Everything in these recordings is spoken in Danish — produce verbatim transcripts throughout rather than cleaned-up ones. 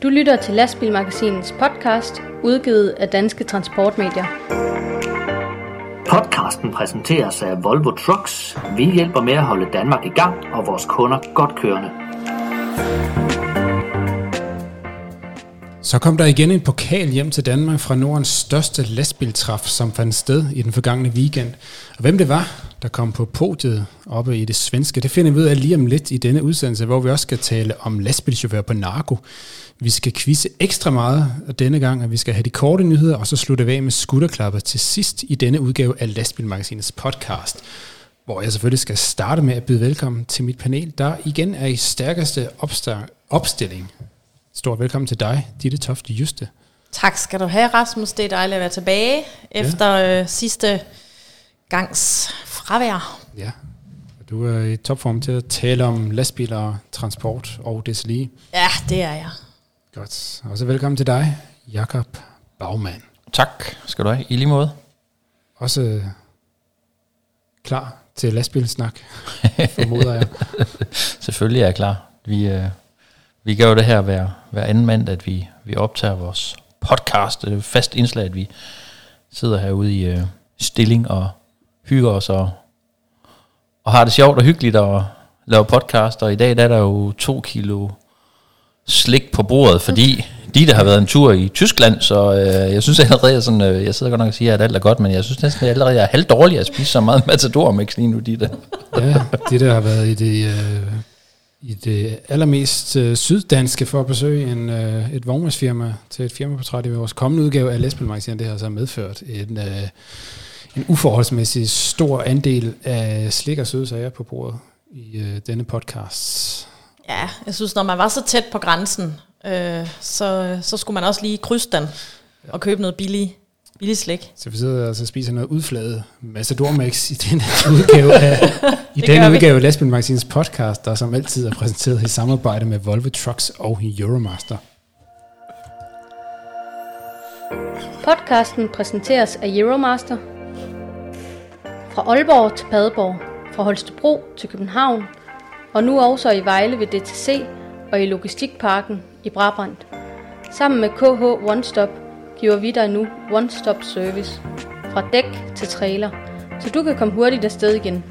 Du lytter til Lastbilmagasinets podcast, udgivet af Danske Transportmedier. Podcasten præsenteres af Volvo Trucks. Vi hjælper med at holde Danmark i gang og vores kunder godt kørende. Så kom der igen en pokal hjem til Danmark fra Nordens største lastbiltræf, som fandt sted i den forgangne weekend. Og hvem det var, der kom på podiet oppe i det svenske, det finder vi ud af lige om lidt i denne udsendelse, hvor vi også skal tale om lastbilchauffør på narko. Vi skal quizze ekstra meget denne gang, og vi skal have de korte nyheder, og så slutte af med skulderklapper til sidst i denne udgave af Lastbilmagasinets podcast, hvor jeg selvfølgelig skal starte med at byde velkommen til mit panel, der igen er i stærkeste opstar- opstilling. Stort velkommen til dig, Ditte Tofte Juste. Tak skal du have, Rasmus. Det er dejligt at være tilbage efter ja. øh, sidste gangs fravær. Ja, du er i topform til at tale om lastbiler, transport og deslige. Ja, det er jeg. Godt. Og så velkommen til dig, Jakob Baumann. Tak skal du have, i lige måde. Også øh, klar til lastbilsnak, formoder jeg. Selvfølgelig er jeg klar. Vi, øh, vi gør jo det her hver, hver anden mandag, at vi, vi optager vores podcast. Det er fast indslag, at vi sidder herude i øh, stilling og hygger os og, og har det sjovt og hyggeligt at lave podcast. Og i dag der er der jo to kilo slik på bordet, fordi de der har været en tur i Tyskland, så øh, jeg synes allerede, sådan, øh, jeg sidder godt nok og siger, at alt er godt, men jeg synes næsten, at jeg allerede er halvt dårlig at spise så meget Matador-mix lige nu, de der. Ja, de der har været i det, øh, i det allermest øh, syddanske for at besøge en, øh, et vognmandsfirma til et firmaportræt i vores kommende udgave af Lastbilmagasinet. Det har så medført en, øh, en uforholdsmæssig stor andel af slik og sødsager på bordet i øh, denne podcast. Ja, jeg synes, når man var så tæt på grænsen, øh, så, så skulle man også lige krydse den og købe noget billig, billig slik. Så vi sidder altså og spiser noget udflaget Matador-mix i denne udgave af, i denne udgave af Lastbilmagasinets podcast, der som altid er præsenteret i samarbejde med Volvo Trucks og Euromaster. Podcasten præsenteres af Euromaster. Fra Aalborg til Padborg, fra Holstebro til København, og nu også i Vejle ved D T C og i Logistikparken i Brabrand. Sammen med K H One Stop giver vi dig nu One Stop Service. Fra dæk til trailer, så du kan komme hurtigt afsted igen.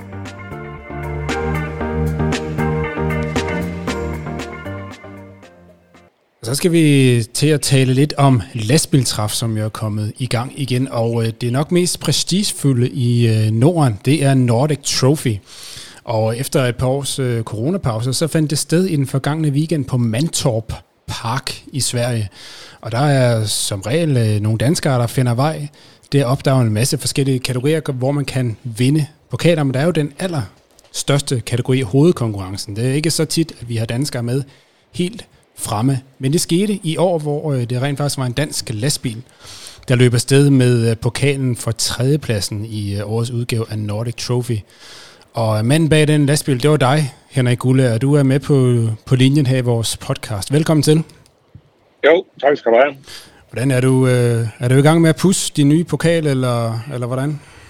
Så skal vi til at tale lidt om lastbiltræf, som jo er kommet i gang igen. Og det er nok mest prestigefulde i Norden, det er Nordic Trophy. Og efter et par års øh, coronapause, så fandt det sted i den forgangne weekend på Mantorp Park i Sverige. Og der er som regel øh, nogle danskere, der finder vej. Deroppe der er en masse forskellige kategorier, hvor man kan vinde pokaler. Men der er jo den allerstørste kategori, hovedkonkurrencen. Det er ikke så tit, at vi har danskere med helt fremme. Men det skete i år, hvor øh, det rent faktisk var en dansk lastbil, der løb afsted med øh, pokalen for tredjepladsen i øh, årets udgave af Nordic Trophy. Og manden bag den lastbil, det var dig, Henrik Gulle, og du er med på, på linjen her i vores podcast. Velkommen til. Jo, tak skal du have. Hvordan er du, øh, er du i gang med at pusse din nye pokal, eller, eller hvordan?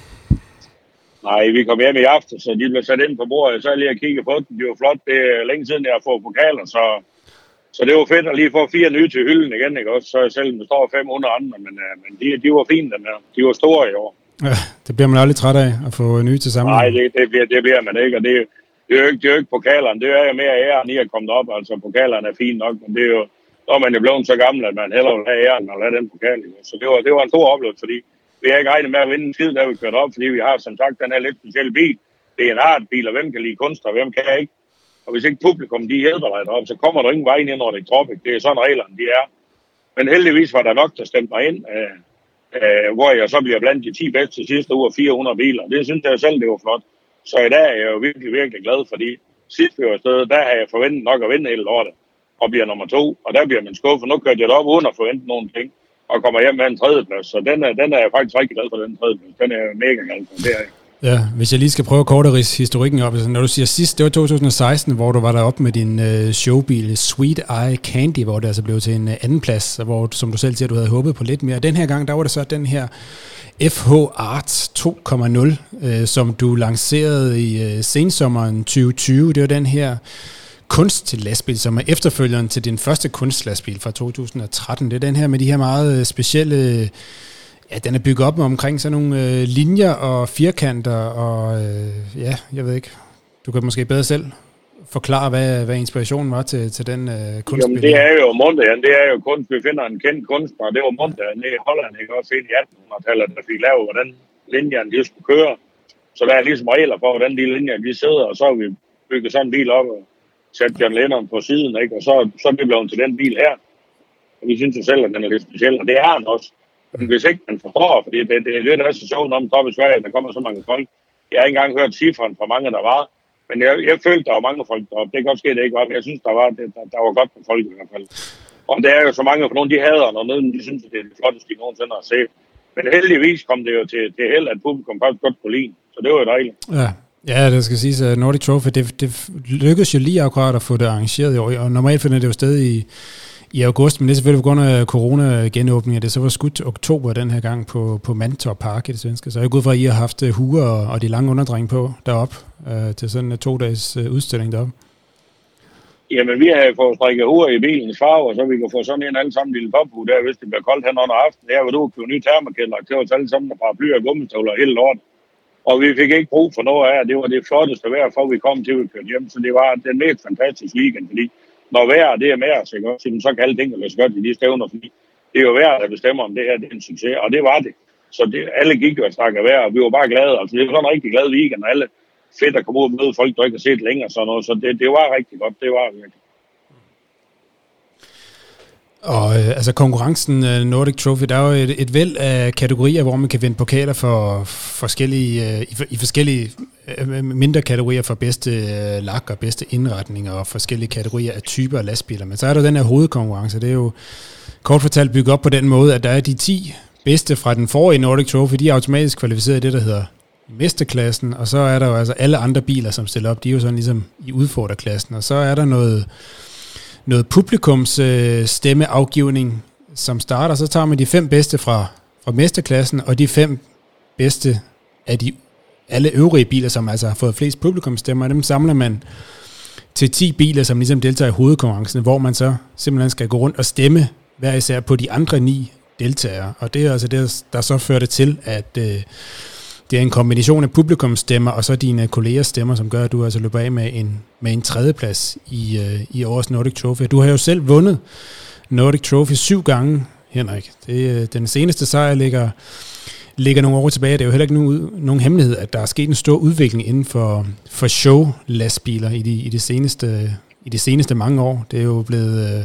Nej, vi kom hjem i aften, så de blev sat ind på bordet, så er jeg lige at kigge på den. Det var flot, det er længe siden, jeg har fået pokaler, så, så det var fedt at lige få fire nye til hylden igen, ikke også? Så selvom der står fem hundrede andre, men, men de, de var fine, den der. De var store i år. Ja, det bliver man aldrig træt af, at få nye til sammen. Nej, det, det, bliver, det bliver man ikke, og det, det er jo ikke, det er jo ikke pokalerne. Det er jo mere æren i at komme op, altså pokalerne er fint nok, men det er jo, så er man jo blevet så gammel, at man hellere vil have æren og lade den pokal. Så det var, det var en stor oplevelse, fordi vi har ikke regnet med at vinde en skid, da vi kørte op, fordi vi har som sagt den her lidt specielle bil. Det er en artbil, og hvem kan lide kunst, og hvem kan ikke. Og hvis ikke publikum, de hjælper dig derop, så kommer der ingen vej ind i Nordic Trophy. Det er sådan reglerne, de er. Men heldigvis var der nok, der stemte mig ind, øh, øh, hvor jeg så bliver blandt de ti bedste sidste uge af fire hundrede biler. Det synes jeg selv, det var flot. Så i dag er jeg jo virkelig, virkelig glad, fordi sidst vi var afsted, der har jeg forventet nok at vinde hele lortet, og bliver nummer to. Og der bliver man skuffet. Nu kørte jeg derop uden at forvente nogen ting, og kommer hjem med en tredjeplads. Så den er, den er jeg faktisk rigtig glad for, den tredjeplads. Den er jeg mega glad for. Det er jeg. Ja, hvis jeg lige skal prøve at korte ridse historikken op. Når du siger sidst, det var to tusind og seksten, hvor du var deroppe med din øh, showbil Sweet Eye Candy, hvor det altså blev til en øh, anden plads, hvor, som du selv siger, du havde håbet på lidt mere. Den her gang, der var det så den her F H Art to punkt nul, øh, som du lancerede i øh, sensommeren tyve tyve. Det var den her kunst til lastbil, som er efterfølgeren til din første kunstlastbil fra to tusind og tretten. Det er den her med de her meget specielle, ja, den er bygget op omkring sådan nogle øh, linjer og firkanter, og øh, ja, jeg ved ikke, du kan måske bedre selv forklare, hvad, hvad inspirationen var til, til den øh, kunstbil. Jamen, det er jo Mondrian, det er jo kunst, vi finder en kendt kunstner, det var Mondrian i Holland, ikke også i attenhundredetallet, der fik lavet, hvordan linjerne de skulle køre. Så der er ligesom regler for, hvordan de linjer de sidder, og så har vi bygget sådan en bil op og sat John Lennon på siden, ikke? Og så, så er vi blevet til den bil her. Og vi synes jo selv, at den er lidt speciel, og det er den også. Men hvis ikke man forstår, fordi det, det er lidt af situationen om top i Sverige, der kommer så mange folk. Jeg har ikke engang hørt cifren fra mange, der var. Men jeg, jeg følte, der var mange folk deroppe. Det kan godt ske, det ikke var, men jeg synes, der var, det, der, der var godt på folk i hvert fald. Og der er jo så mange, for nogle de hader, og nogle de synes, at det er det flotteste, de nogensinde har set. Men heldigvis kom det jo til, til held, at publikum faktisk godt kunne lide. Så det var jo dejligt. Ja. Ja, det skal siges, at Nordic Trophy, det, det lykkedes jo lige akkurat at få det arrangeret i år, og normalt finder det jo sted i, i august, men det er selvfølgelig på grund af corona-genåbninger, det så var skudt til oktober den her gang på, på Mantorp Park i det svenske, så jeg er gået fra, at I har haft huer og, og de lange underdreng på deroppe øh, til sådan en to-dages øh, udstilling deroppe. Jamen, vi har fået strikket huer i bilens farve, så vi kan få sådan en alle sammen lille pophue der, hvis det bliver koldt hen under aftenen. Der var du købe nye termokælder til os alle sammen, der paraplyer og gummistøvler hele lort. Og vi fik ikke brug for noget af, det var det flotteste vejr, for vi kom til, at vi kørte hjem. Så det var den mest fantastiske weekend, fordi når vejret det er med os, ikke? Så kan alle ting lade sig godt i de stævner, fordi det er jo vejret, der bestemmer, om det her det er en succes, og det var det. Så det, alle gik jo og snakkede vejr, og vi var bare glade. Altså, det var sådan en rigtig glad weekend, og alle fedt at komme ud og møde folk, der ikke har set længere, sådan noget. Så det, det var rigtig godt, det var virkelig. Og øh, altså konkurrencen uh, Nordic Trophy, der er jo et, et væld af kategorier, hvor man kan vinde pokaler for forskellige, uh, i, i forskellige uh, mindre kategorier for bedste uh, lak og bedste indretninger og forskellige kategorier af typer af lastbiler. Men så er der den her hovedkonkurrence, det er jo kort fortalt bygget op på den måde, at der er de ti bedste fra den forrige Nordic Trophy, de er automatisk kvalificeret i det, der hedder mesterklassen, og så er der jo altså alle andre biler, som stiller op, de er jo sådan ligesom i udfordrerklassen, og så er der noget noget publikums øh, stemmeafgivning, som starter, så tager man de fem bedste fra, fra mesterklassen, og de fem bedste af de alle øvrige biler, som altså har fået flest publikumsstemmer, dem samler man til ti biler, som ligesom deltager i hovedkonkurrencen, hvor man så simpelthen skal gå rundt og stemme hver især på de andre ni deltagere. Og det er altså det, der så fører det til, at øh, det er en kombination af publikumsstemmer og så dine kollegers stemmer, som gør, at du altså løber af med en, med en tredjeplads i, øh, i årets Nordic Trophy. Du har jo selv vundet Nordic Trophy syv gange, Henrik. Det, øh, den seneste sejr ligger, ligger nogle år tilbage. Det er jo heller ikke nogen, nogen hemmelighed, at der er sket en stor udvikling inden for, for show-lastbiler i de, i, de seneste, i de seneste mange år. Det er jo blevet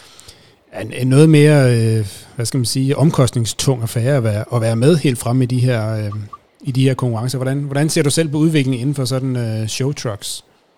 øh, en, en noget mere, øh, hvad skal man sige, omkostningstung affære at være, at være med helt fremme i de her... Øh, i de her konkurrencer. Hvordan, hvordan ser du selv på udviklingen inden for sådan uh, show trucks?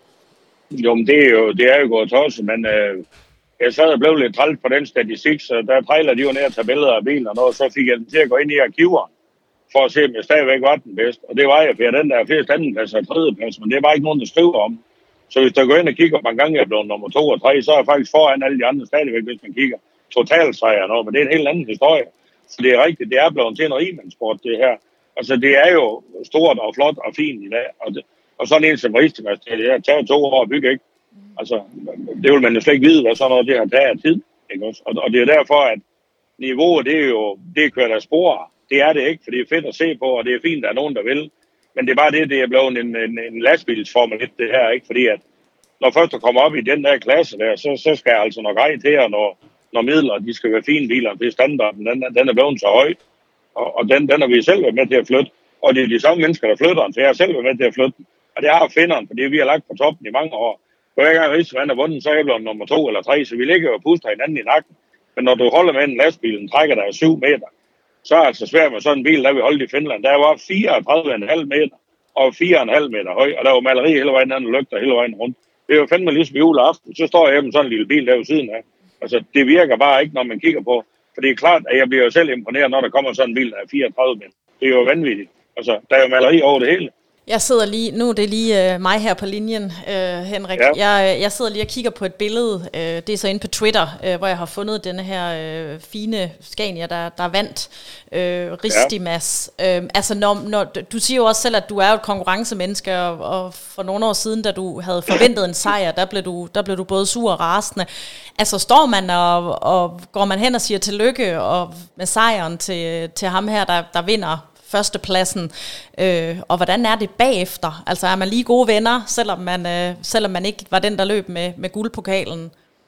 Jo, men det er jo, det er jo gået tosset, men øh, jeg sad og blev lidt trælt på den statistik, så der trejler de jo ned og tager billeder af bilen og noget, så fik jeg den til at gå ind i arkiver for at se, om jeg stadigvæk var den bedste. Og det var jeg, for jeg den der flest andenplads og tredjeplads, men det er bare ikke nogen, der skriver om. Så hvis der går ind og kigger på en gang, jeg er blevet nummer to og tre, så er jeg faktisk foran alle de andre stadigvæk, hvis man kigger totalt sejr noget, men det er en helt anden historie. Så det er rigtigt, det er blevet til en rigmandssport, det her. Altså, det er jo stort og flot og fint i dag. Og, det, og sådan en som Rigstemaz, det har taget to år at bygge, ikke? Altså, det vil man jo slet ikke vide, hvad sådan noget det har taget af tid, ikke også? Og, og det er derfor, at niveauet, det er jo, det er kørt af spor. Det er det ikke, for det er fedt at se på, og det er fint, at der er nogen, der vil. Men det er bare det, det er blevet en, en, en lastbilsformel lidt, det her, ikke? Fordi at, når først du kommer op i den der klasse der, så, så skal jeg altså nok rej til, og når, når midler, de skal være fine biler, det er standarden, den, den er blevet så høj. Og, og den, den har vi selv været med til at flytte. Og det er de samme mennesker, der flytter den, så jeg har selv været med til at flytte den. Og det har finderen, fordi vi har lagt på toppen i mange år. For hver gang Rigstemaz har vundet, så er jeg blevet nummer to eller tre, så vi ligger jo og puster hinanden i nakken. Men når du holder med en lastbil, den trækker der syv meter, så er det altså svært med sådan en bil, der vi holdt i Finland. Der var fireogtredive komma fem meter og fire komma fem meter høj, og der var maleri hele vejen anden lygter hele vejen rundt. Det er jo fandme ligesom juleaften, så står jeg med sådan en lille bil der ved siden af. Altså, det virker bare ikke, når man kigger på. For det er klart, at jeg bliver jo selv imponeret, når der kommer sådan en bil, der er fireogtredive meter. Det er jo vanvittigt. Altså, der er jo maleri over det hele. Jeg sidder lige, nu er det lige øh, mig her på linjen, øh, Henrik. Ja. Jeg, jeg sidder lige og kigger på et billede, øh, det er så inde på Twitter, øh, hvor jeg har fundet denne her øh, fine Scania, der, der vandt øh, Ristimas. Ja. Øh, altså, når, når, du siger jo også selv, at du er jo et konkurrencemenneske, og, og for nogle år siden, da du havde forventet en sejr, der blev du, der blev du både sur og rasende. Altså, står man og, og går man hen og siger tillykke og med sejren til, til ham her, der, der vinder førstepladsen, øh, og hvordan er det bagefter? Altså er man lige gode venner, selvom man, øh, selvom man ikke var den, der løb med, med guldpokalen?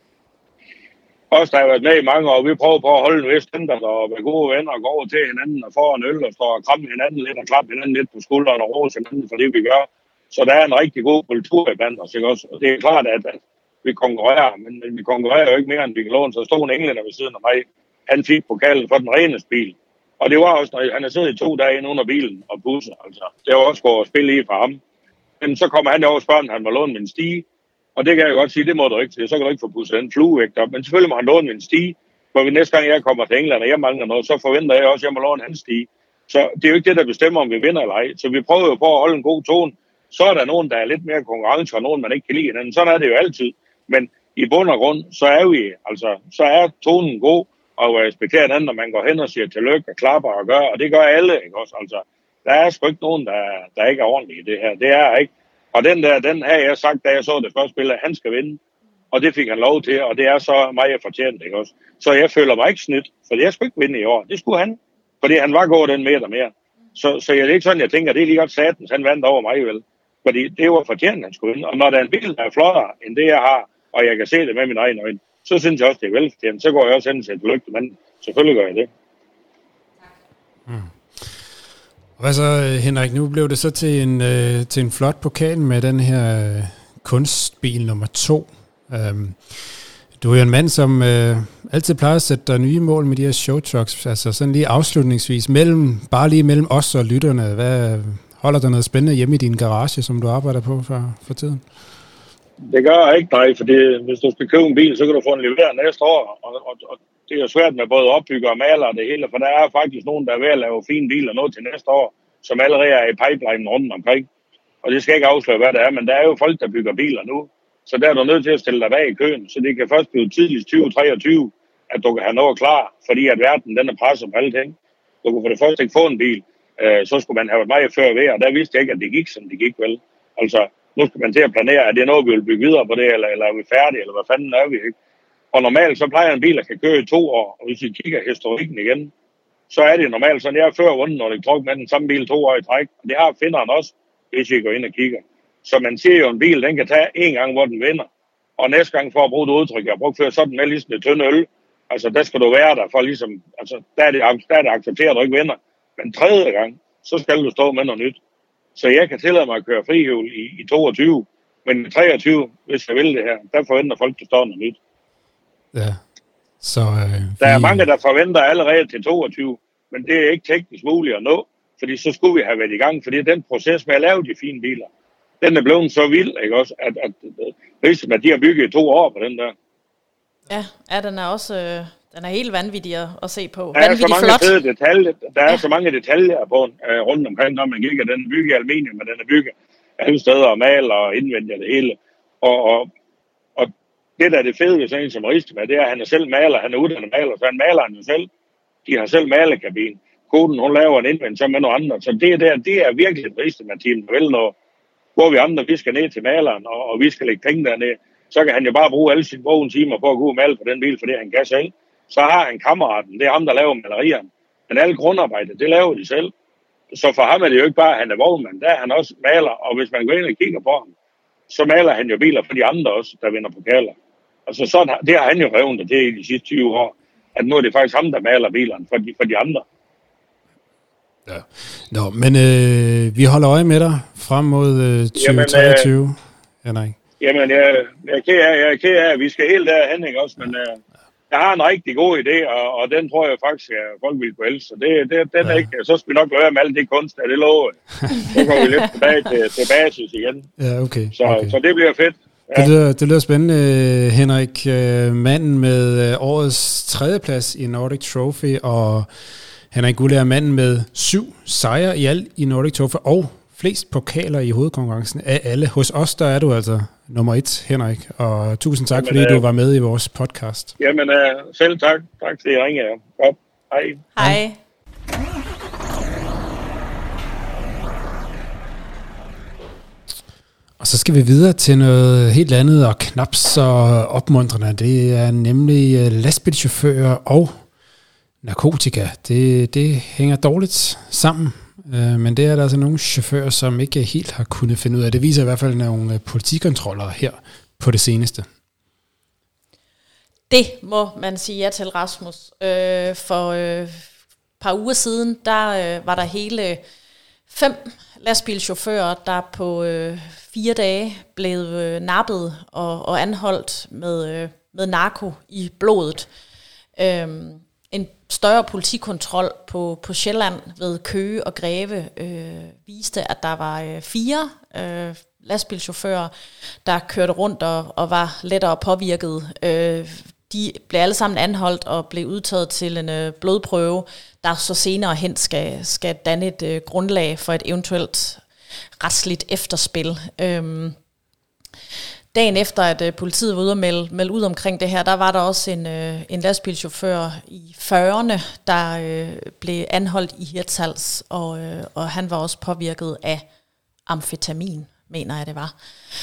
Os, der har været med i mange år, vi prøver på at holde en vis standard og være gode venner og gå over til hinanden og få en øl og stå og kramme hinanden lidt og klappe hinanden lidt på skulderen og rose hinanden for det, vi gør. Så der er en rigtig god kultur i blandt os, ikke også? Og det er klart, at, at vi konkurrerer, men, men vi konkurrerer jo ikke mere, end vi kan låne. Så stod en englænder ved siden af mig, han fik pokalen for den reneste bil. Og det var også, når han har siddet i to dage inde under bilen og pusset, altså. Det var også gået at spille i for ham. Men så kommer han over og spørger, han må låne min stige. Og det kan jeg godt sige, det må du ikke til. Så kan du ikke få pusset den fluevægt op. Men selvfølgelig må han låne min stige. For næste gang jeg kommer til England, og jeg mangler noget, så forventer jeg også, at jeg må låne hans stige. Så det er jo ikke det, der bestemmer, om vi vinder eller ej. Så vi prøver jo på at holde en god tone. Så er der nogen, der er lidt mere konkurrence, og nogen, man ikke kan lide hinanden. Sådan er det jo altid. Men i bund og grund, så er vi, altså, så er tonen god. Og respektere den, når man går hen og siger tillykke og klapper og gør, og det gør alle, ikke også? Altså, der er sgu ikke nogen, der, der ikke er ordentlige i det her. Det er ikke. Og den der, den har jeg sagt, da jeg så det første spil, at han skal vinde. Og det fik han lov til, og det er så meget fortjent, ikke også? Så jeg føler mig ikke snydt, for jeg skulle ikke vinde i år. Det skulle han, fordi han var gået den meter mere. Så, så jeg er ikke sådan, jeg tænker, det er lige godt satans, han vandt over mig, vel? Fordi det var fortjent, han skulle vinde. Og når der er en bil, der er flottere end det, jeg har, og jeg kan se det med mine egne øjne, så synes jeg også, det er velfortjent. Så går jeg også hen til et lykke, men selvfølgelig gør jeg det. Mm. Hvad så, Henrik? Nu blev det så til en, øh, til en flot pokal med den her øh, kunstbil nummer to. Um, du er jo en mand, som øh, altid plejer at sætte dig nye mål med de her showtrucks. Altså sådan lige afslutningsvis, mellem, bare lige mellem os og lytterne. Hvad, holder der noget spændende hjemme i din garage, som du arbejder på for, for tiden? Det gør jeg ikke, nej, for hvis du skal købe en bil, så kan du få en leveret næste år, og, og, og det er jo svært med både opbygger og maler og det hele, for der er faktisk nogen, der er ved at lave fine biler nu til næste år, som allerede er i pipeline rundt omkring, og det skal ikke afsløre, hvad det er, men der er jo folk, der bygger biler nu, så der er du nødt til at stille dig bag i køen, så det kan først blive tidligst tyve treogtyve, at du kan have noget klar, fordi at verden, den er presset på alle ting. Du kan for det første ikke få en bil, øh, så skulle man have været meget før ved, og der vidste jeg ikke, at det gik, som det gik vel. Altså, nu skal man til at planere, er det noget, vi vil bygge videre på det, eller, eller er vi færdige, eller hvad fanden er vi, ikke? Og normalt, så plejer en bil, der kan køre i to år, og hvis vi kigger historikken igen, så er det normalt sådan, jeg er før vundet, når det tråk med den samme bil to år i træk, og det har finderen også, hvis vi går ind og kigger. Så man siger jo, en bil, den kan tage en gang, hvor den vinder, og næste gang for at bruge det udtryk, jeg har brugt før, så er den med ligesom et tynde øl, altså der skal du være der, for ligesom, altså der er det, der er det accepteret, at du ikke vinder, men tredje gang, så skal du stå med noget nyt. Så jeg kan tillade mig at køre frihjul i, i toogtyve, men i treogtyve, hvis jeg vil det her, der forventer folk, at stå noget nyt. Ja. Så, øh, der er vi... mange, der forventer allerede til toogtyve, men det er ikke teknisk muligt at nå, fordi så skulle vi have været i gang, fordi den proces med at lave de fine biler, den er blevet så vild, ikke også, at, at, at, at de har bygget i to år på den der. Ja, ja den er også... Øh... Den er helt vanvittig at se på. Der er, så mange, flot. detaljer, der er ja. så mange detaljer på uh, rundt omkring, når man kigger. Den er bygget i aluminium, men den er bygget alle steder og maler og indvendigt det hele. Og, og, og det, der er det fede ved sådan en som Ristima, det er, at han er selv maler. Han er uddannet maler, så han maler han jo selv. De har selv malerkabine. Koden, hun laver en indvendt sammen med nogle andre. Så det der, det er virkelig et Ristima-team, der vil noget. Hvor vi andre, vi skal ned til maleren, og, og vi skal lægge penge dernede. Så kan han jo bare bruge alle sine vågne timer på at gå og male på den bil, for det han kan selv. Så har han kammeraten, det er ham, der laver malerierne. Men alle grundarbejde, det laver de selv. Så for ham er det jo ikke bare, at han er vognmand, der er han også maler. Og hvis man går ind og kigger på ham, så maler han jo biler for de andre også, der vinder pokaler. Altså sådan, det har han jo revnet det i de sidste tyve år, at nu er det faktisk ham, der maler bilerne for de, for de andre. Ja. Nå, men øh, vi holder øje med dig frem mod øh, tyve treogtyve. Ja, nej. Jamen, jeg, jeg, er ked af, jeg er ked af, at vi skal helt derhen, ikke også, men... Øh, jeg har en rigtig god idé, og, og den tror jeg faktisk, at folk vil kunne elske. Så det, det, den er ja. ikke, så skal vi nok gøre med alt det kunst, at det lover. Så går vi lidt tilbage til, til basis igen. Ja, okay. Så, okay. så det bliver fedt. Ja. Det, lyder, det lyder spændende, Henrik. Manden med årets tredjeplads i Nordic Trophy, og Henrik Guldager er manden med syv sejre i alt i Nordic Trophy, og flest pokaler i hovedkonkurrencen af alle. Hos os, der er du altså nummer et, Henrik. Og tusind tak, jamen, fordi øh, du var med i vores podcast. Jamen, øh, selv tak. Tak, fordi I ringede. Godt. Hej. Hej. Og så skal vi videre til noget helt andet og knap så opmuntrende. Det er nemlig lastbilchauffører og narkotika. Det, det hænger dårligt sammen, men det er der altså nogle chauffører, som ikke helt har kunnet finde ud af. Det viser i hvert fald nogle politikontroller her på det seneste. Det må man sige ja til, Rasmus. Øh, for øh, et par uger siden, der øh, var der hele fem lastbilchauffører, der på øh, fire dage blev øh, nappet og, og anholdt med, øh, med narko i blodet. Øh, en større politikontrol på, på Sjælland ved Køge og Greve øh, viste, at der var øh, fire øh, lastbilchauffører, der kørte rundt og, og var lettere påvirket. Øh, de blev alle sammen anholdt og blev udtaget til en øh, blodprøve, der så senere hen skal, skal danne et øh, grundlag for et eventuelt retsligt efterspil. Øhm, dagen efter, at øh, politiet var ude og melde, melde ud omkring det her, der var der også en, øh, en lastbilchauffør i fyrrerne, der øh, blev anholdt i Hirtshals, og, øh, og han var også påvirket af amfetamin, mener jeg det var.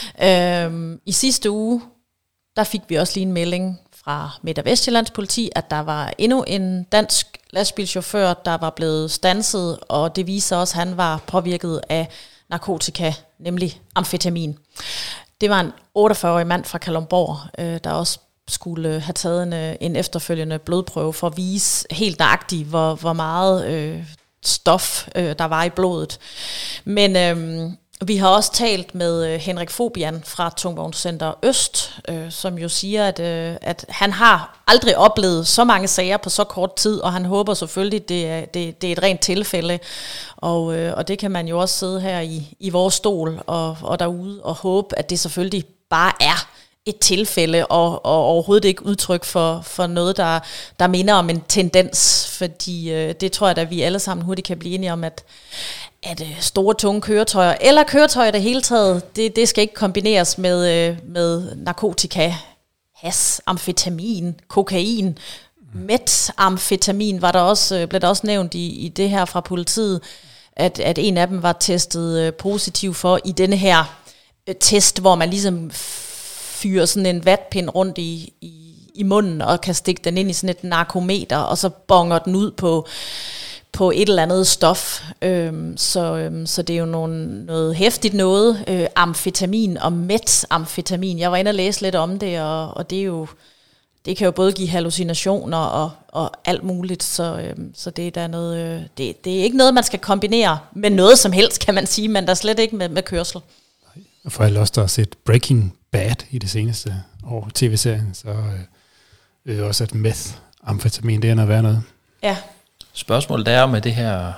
Øhm, I sidste uge, der fik vi også lige en melding fra Midt- og Vestjyllands politi, at der var endnu en dansk lastbilchauffør, der var blevet standset, og det viser også, at han var påvirket af narkotika, nemlig amfetamin. Det var en otteogfyrre-årig mand fra Kalundborg, øh, der også skulle have taget en, en efterfølgende blodprøve for at vise helt nøjagtigt, hvor, hvor meget øh, stof øh, der var i blodet. Men øh, vi har også talt med Henrik Fobian fra Tungvognscenter Øst, øh, som jo siger, at, øh, at han har aldrig oplevet så mange sager på så kort tid, og han håber selvfølgelig, at det er, det, det er et rent tilfælde. Og, øh, og det kan man jo også sidde her i, i vores stol og, og derude og håbe, at det selvfølgelig bare er et tilfælde, og, og overhovedet ikke udtryk for, for noget, der, der minder om en tendens, fordi øh, det tror jeg, at vi alle sammen hurtigt kan blive enige om, at at store, tunge køretøjer, eller køretøjer det hele taget, det, det skal ikke kombineres med, med narkotika, has, amfetamin, kokain, metamfetamin var der også, blev der også nævnt i, i det her fra politiet, at, at en af dem var testet positiv for i denne her test, hvor man ligesom fyrer sådan en vatpind rundt i, i, i munden, og kan stikke den ind i sådan et narkometer, og så bonger den ud på på et eller andet stof, øhm, så, øhm, så det er jo nogle, noget hæftigt noget, øh, amfetamin og metamfetamin. Jeg var inde og læse lidt om det, og, og det er jo, det kan jo både give hallucinationer og, og alt muligt, så, øhm, så det er der noget, øh, det, det er ikke noget, man skal kombinere med noget som helst, kan man sige, men der er slet ikke med, med kørsel. Og for alle os, der har set Breaking Bad i det seneste år, tv-serien, så øh, er også, at metamfetamin, det er noget værd noget. Ja. Spørgsmålet er med det her,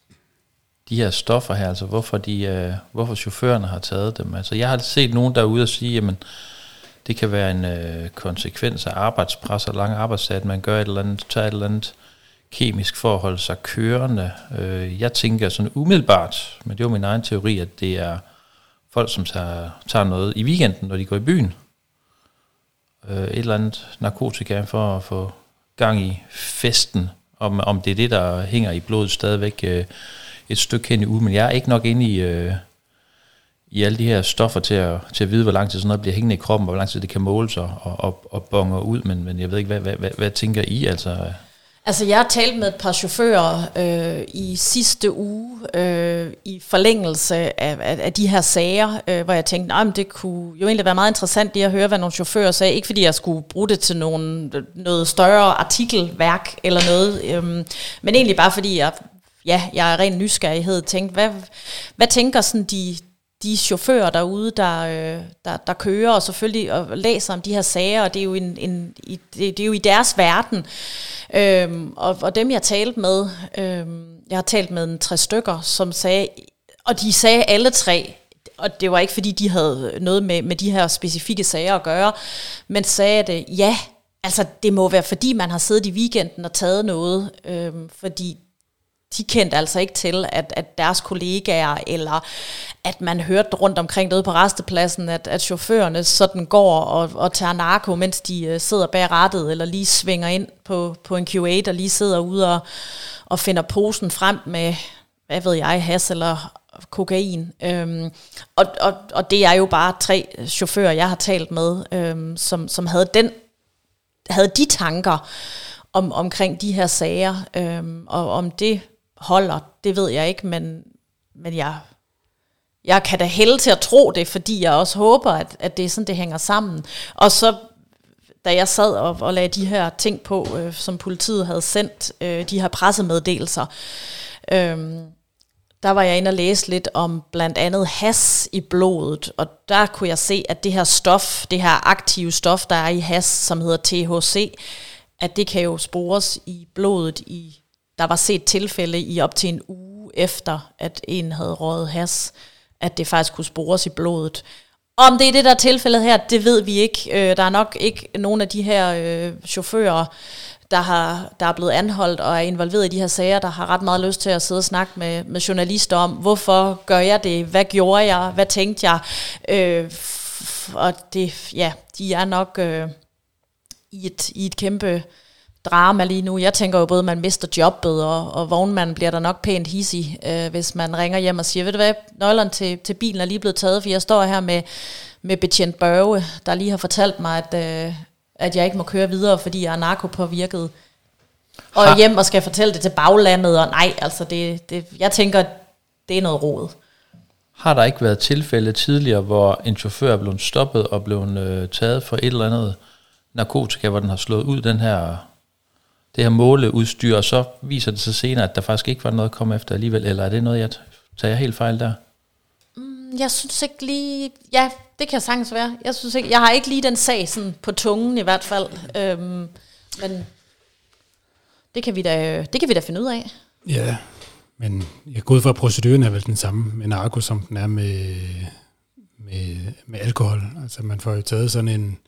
de her stoffer her, altså hvorfor, de, øh, hvorfor chaufførerne har taget dem. Altså jeg har set nogen derude og sige, jamen det kan være en øh, konsekvens af arbejdspres og lang arbejdsdag, at man gør et eller andet, tager et eller andet kemisk for at holde sig kørende. Øh, jeg tænker sådan umiddelbart, men det er jo min egen teori, at det er folk, som tager, tager noget i weekenden, når de går i byen. Øh, et eller andet narkotika for at få gang i festen. Om, om det er det, der hænger i blodet stadigvæk øh, et stykke hen i ugen. Men jeg er ikke nok inde i, øh, i alle de her stoffer til at, til at vide, hvor lang tid sådan noget bliver hængende i kroppen, og hvor lang tid det kan måles og, og, og bonger ud. Men, men jeg ved ikke, hvad, hvad, hvad, hvad tænker I? Altså, altså jeg har talt med et par chauffører øh, i sidste uge øh, i forlængelse af, af, af de her sager, øh, hvor jeg tænkte, nej, men det kunne jo egentlig være meget interessant lige at høre, hvad nogle chauffører sagde. Ikke fordi jeg skulle bruge det til nogen, noget større artikelværk eller noget, øh, men egentlig bare fordi jeg, ja, jeg er ren nysgerrighed tænkte, hvad, hvad tænker sådan de, de chauffører derude, der, øh, der, der kører og selvfølgelig og læser om de her sager, og det er jo, en, en, i, det, det er jo i deres verden. Øhm, og, og dem jeg talte med, øhm, jeg har talt med en tre stykker, som sagde, og de sagde alle tre, og det var ikke fordi de havde noget med, med de her specifikke sager at gøre, men sagde det, ja, altså det må være fordi man har siddet i weekenden og taget noget, øhm, fordi de kendte altså ikke til, at, at deres kollegaer, eller at man hørte rundt omkring derude på rastepladsen, at, at chaufførerne sådan går og, og tager narko, mens de uh, sidder bag rattet, eller lige svinger ind på, på en Q otte, der lige sidder ude og, og finder posen frem med, hvad ved jeg, hash eller kokain. Øhm, og, og, og det er jo bare tre chauffører, jeg har talt med, øhm, som, som havde, den, havde de tanker om, omkring de her sager, øhm, og om det holder, det ved jeg ikke, men, men jeg, jeg kan da hælde til at tro det, fordi jeg også håber, at, at det er sådan, det hænger sammen. Og så, da jeg sad og, og lagde de her ting på, øh, som politiet havde sendt, øh, de her pressemeddelelser, øh, der var jeg inde og læse lidt om blandt andet hash i blodet, og der kunne jeg se, at det her stof, det her aktive stof, der er i hash, som hedder T H C, at det kan jo spores i blodet i. Der var set tilfælde i op til en uge efter, at en havde røget hash, at det faktisk kunne spores i blodet. Om det er det, der er tilfældet her, det ved vi ikke. Der er nok ikke nogen af de her øh, chauffører, der, har, der er blevet anholdt og er involveret i de her sager, der har ret meget lyst til at sidde og snakke med, med journalister om, hvorfor gør jeg det? Hvad gjorde jeg? Hvad tænkte jeg? Øh, og det, ja, de er nok øh, i, et, i et kæmpe drama lige nu. Jeg tænker jo både, at man mister jobbet, og, og vognmanden bliver der nok pænt hissig, øh, hvis man ringer hjem og siger, ved du hvad, nøglerne til, til bilen er lige blevet taget, for jeg står her med, med betjent Børge, der lige har fortalt mig, at, øh, at jeg ikke må køre videre, fordi jeg er narkopåvirket. Og ha. hjem og skal fortælle det til baglandet, og nej, altså det, det, jeg tænker, det er noget rod. Har der ikke været tilfælde tidligere, hvor en chauffør er blevet stoppet og blevet øh, taget for et eller andet narkotika, hvor den har slået ud den her, det her måleudstyr, og så viser det sig senere, at der faktisk ikke var noget at komme efter alligevel, eller er det noget, jeg tager helt fejl der? Mm, jeg synes ikke lige, ja, det kan sagtens være. Jeg synes ikke, jeg har ikke lige den sag sådan på tungen i hvert fald, øhm, men det kan vi da, det kan vi da finde ud af. Ja, men jeg går ud fra, at proceduren er vel den samme med narko, som den er med, med, med alkohol. Altså man får jo taget sådan en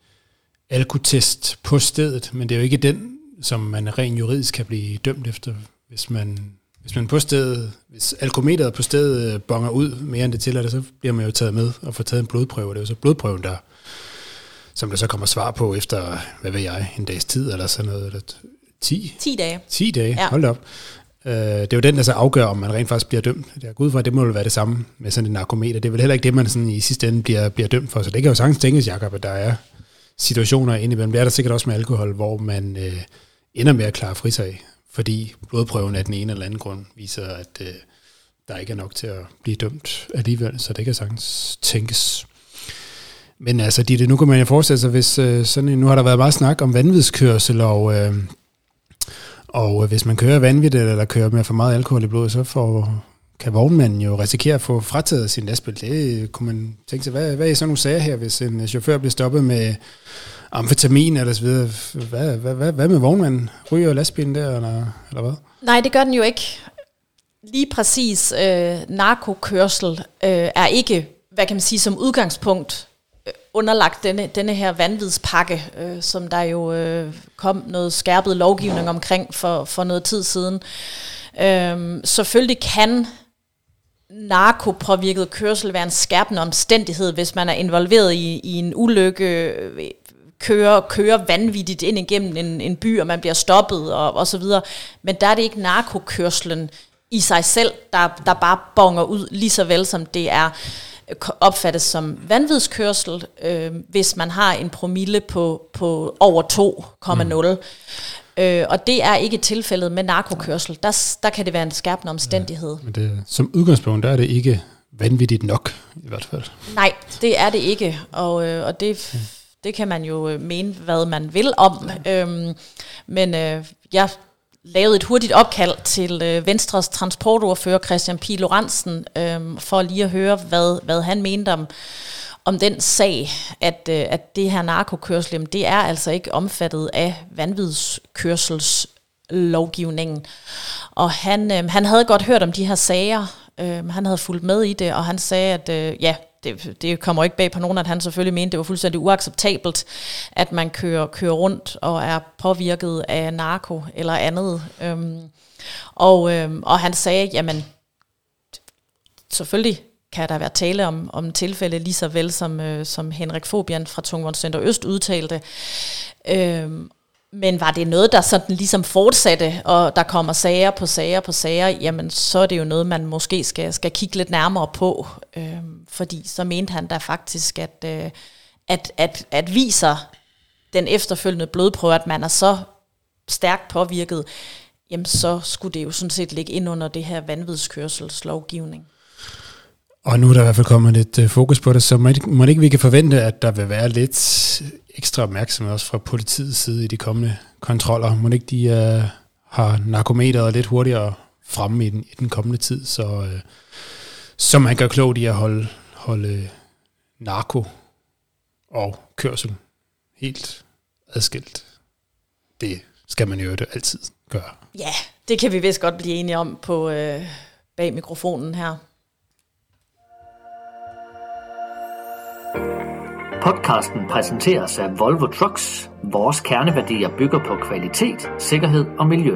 alkotest på stedet, men det er jo ikke den, som man rent juridisk kan blive dømt efter, hvis man, hvis man på stedet, hvis alkometeret på stedet bonger ud mere end det tillader, så bliver man jo taget med og får taget en blodprøve. Det er jo så blodprøven, der, som der så kommer svar på efter, hvad ved jeg, en dags tid eller sådan noget, eller ti? ti dage. ti dage, ja. Hold op. Uh, det er jo den, der så afgør, om man rent faktisk bliver dømt. Jeg går ud fra, at det må jo være det samme med sådan en narkometer. Det er vel heller ikke det, man sådan i sidste ende bliver, bliver dømt for. Så det kan jo sagtens tænkes, Jacob, at der er situationer indimellem. Det er der sikkert også med alkohol, hvor man øh, ender med at klare frisag, fordi blodprøven af den ene eller anden grund viser, at øh, der ikke er nok til at blive dømt alligevel, så det kan sagtens tænkes. Men altså, Ditte, nu kan man jo forestille sig, hvis øh, sådan en, nu har der været meget snak om vanvidskørsel, og, øh, og hvis man kører vanvittigt eller kører med for meget alkohol i blodet, så får, kan vognmanden jo risikere at få frataget sin lastbil. Det kunne man tænke sig, hvad, hvad er sådan nogle sager her, hvis en chauffør bliver stoppet med amfetamin eller så videre? Hvad, hvad, hvad, hvad med vognmanden? Ryger lastbilen der, eller, eller hvad? Nej, det gør den jo ikke. Lige præcis øh, narkokørsel øh, er ikke, hvad kan man sige, som udgangspunkt øh, underlagt denne, denne her vanvidspakke, øh, som der jo øh, kom noget skærpet lovgivning omkring for, for noget tid siden. Øh, selvfølgelig kan narkopåvirket kørsel være en skærpende omstændighed, hvis man er involveret i, i en ulykke, kører, kører vanvittigt ind igennem en, en by, og man bliver stoppet og, og så videre. Men der er det ikke narkokørslen i sig selv, der, der bare bonger ud, lige så vel som det er opfattes som vanvidskørsel, øh, hvis man har en promille på, på over to komma nul. Mm. Øh, og det er ikke tilfældet med narkokørsel. Der, der kan det være en skærpende omstændighed. Ja, men det, som udgangspunkt, der er det ikke vanvittigt nok, i hvert fald. Nej, det er det ikke. Og, øh, og det, ja. det kan man jo mene, hvad man vil om. Ja. Øhm, men øh, jeg lavede et hurtigt opkald til øh, Venstres transportordfører Christian Pihl Lorentzen, øh, for lige at høre, hvad, hvad han mente om, om den sag, at, øh, at det her narkokørsel, det er altså ikke omfattet af vanvidskørselslovgivningen. Og han, øh, han havde godt hørt om de her sager, øh, han havde fulgt med i det, og han sagde, at øh, ja, det, det kommer ikke bag på nogen, at han selvfølgelig mente, det var fuldstændig uacceptabelt, at man kører, kører rundt og er påvirket af narko eller andet. Øhm, Og, øh, og han sagde, jamen, selvfølgelig kan der være tale om, om tilfælde, lige så vel som, øh, som Henrik Fobian fra Tungvognscenter Øst udtalte. Øh, men var det noget, der sådan ligesom fortsatte, og der kommer sager på sager på sager, jamen så er det jo noget, man måske skal, skal kigge lidt nærmere på. Øh, fordi så mente han da faktisk, at, øh, at, at, at viser den efterfølgende blodprøve, at man er så stærkt påvirket, jamen så skulle det jo sådan set ligge ind under det her vanvidskørselslovgivning. Og nu er der i hvert fald kommet lidt uh, fokus på det, så må, må det ikke vi kan forvente, at der vil være lidt ekstra opmærksomhed også fra politiets side i de kommende kontroller. Må det ikke de uh, har narkometeret lidt hurtigere fremme i den, i den kommende tid, så, uh, så man gør klogt i at holde, holde narko og kørsel helt adskilt. Det skal man jo altid gøre. Ja, det kan vi vist godt blive enige om på øh, bag mikrofonen her. Podcasten præsenteres af Volvo Trucks. Vores kerneværdier bygger på kvalitet, sikkerhed og miljø.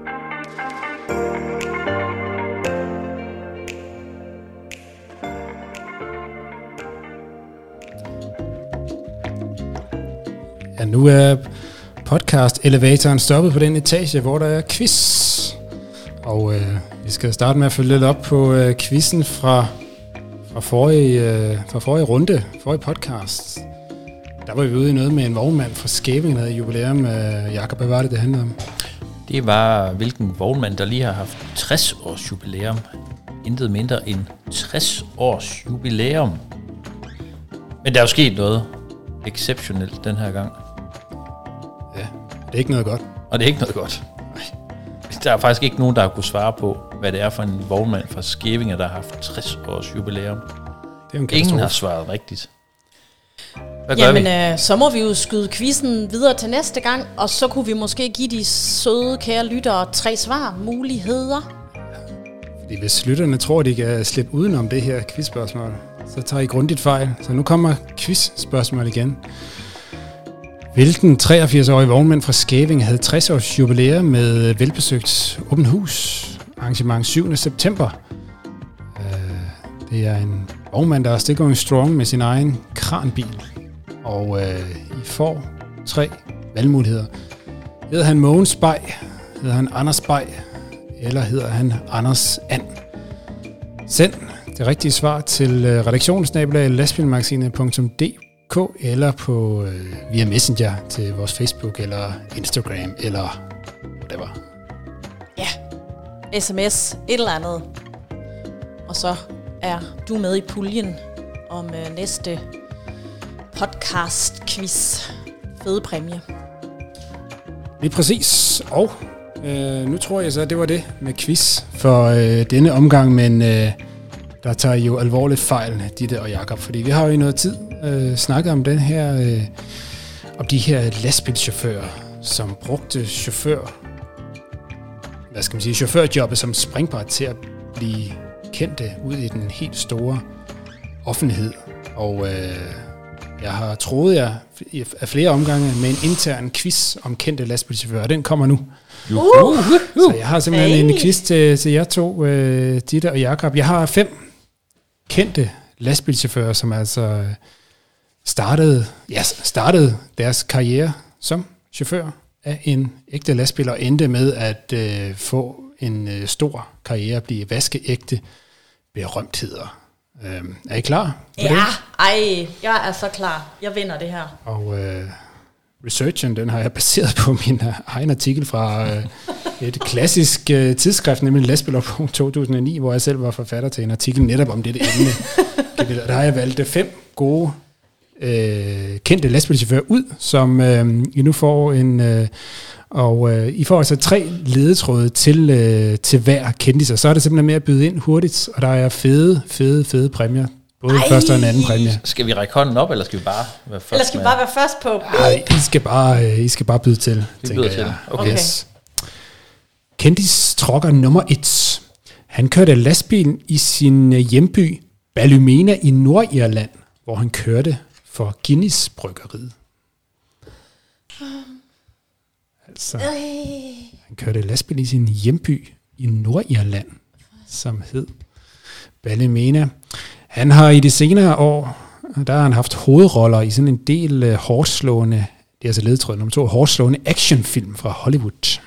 Ja, nu er podcast-elevatoren stoppet på den etage, hvor der er quiz. Og øh, vi skal starte med at følge lidt op på øh, quizzen fra, fra, forrige, øh, fra forrige runde, forrige podcast. Der var vi ude i noget med en vognmand fra Skævinge, der havde jubilæum. Øh, Jakob, hvad var det, det handlede om? Det var, hvilken vognmand, der lige har haft tres års jubilæum. Intet mindre end tres års jubilæum. Men der er jo sket noget exceptionelt den her gang. Ja, det er ikke noget godt. Og det er ikke noget godt. Nej. Der er faktisk ikke nogen, der har kunne svare på, hvad det er for en vognmand fra Skævinge, der har haft tres års jubilæum. Det er en Ingen har svaret rigtigt. Hvad gør Jamen, vi? øh, så må vi jo skyde quizzen videre til næste gang, og så kunne vi måske give de søde, kære lyttere tre svar muligheder. Fordi hvis lytterne tror, de kan slippe udenom det her quizspørgsmål, så tager I grundigt fejl. Så nu kommer quizspørgsmål igen. Hvilken treogfirs-årig vognmand fra Skævinge havde tres års jubilæum med velbesøgt åbent hus arrangement syvende september? Det er en vognmand, der er still going strong med sin egen kranbil. Og øh, I får tre valgmuligheder. Hedder han Mogens Bay? Hedder han Anders Bay? Eller hedder han Anders And? Send det rigtige svar til øh, redaktionsnabelag lastbilmagasinet punktum d k eller på øh, via Messenger til vores Facebook eller Instagram eller whatever. Ja, sms, et eller andet. Og så er du med i puljen om øh, næste podcast-quiz. Fede præmie. Lige præcis. Og øh, nu tror jeg så, at det var det med quiz for øh, denne omgang, men øh, der tager jo alvorligt fejl, Ditte og Jakob, fordi vi har jo i noget tid øh, snakket om den her, øh, om de her lastbilchauffører, som brugte chauffør, hvad skal man sige, chaufførjobbet som springbræt til at blive kendte ud i den helt store offentlighed. Og øh, jeg har troet jer af flere omgange med en intern quiz om kendte lastbilchauffører. Den kommer nu. Uh, uh, uh. Så jeg har simpelthen hey. en quiz til, til jer to, øh, Ditte og Jakob. Jeg har fem kendte lastbilchauffører, som altså startede, ja, startede deres karriere som chauffør af en ægte lastbil og endte med at øh, få en øh, stor karriere, blive vaskeægte berømtheder. Øhm, er I klar? Ja, det? Ej, jeg er så klar. Jeg vinder det her. Og øh, researchen, den har jeg baseret på min egen artikel fra øh, et klassisk øh, tidsskrift, nemlig Lastbilophog to tusind og ni, hvor jeg selv var forfatter til en artikel netop om dette emne. Der har jeg valgt fem gode, øh, kendte lastbilchauffører ud, som øh, I nu får en... Øh, Og øh, I får altså tre ledetråde til, øh, til hver kendis, og så er det simpelthen med at byde ind hurtigt, og der er fede, fede, fede præmier. Både Ej. første og en anden præmie. Skal vi række hånden op, eller skal vi bare være først? Eller skal vi bare være først på? Nej, I skal bare, øh, I skal bare byde til, vi tænker byder jeg. til. Okay. Yes. Kendis trokker nummer et. Han kørte lastbilen i sin hjemby Ballymena i Nordirland, hvor han kørte for Guinness Bryggeriet. Altså, han kørte lastbil i sin hjemby i Nordirland, som hed Ballymena. Han har i de senere år, der har han haft hovedroller i sådan en del uh, hårdslående, det er altså ledetråd nummer to, hårdslående actionfilm fra Hollywood.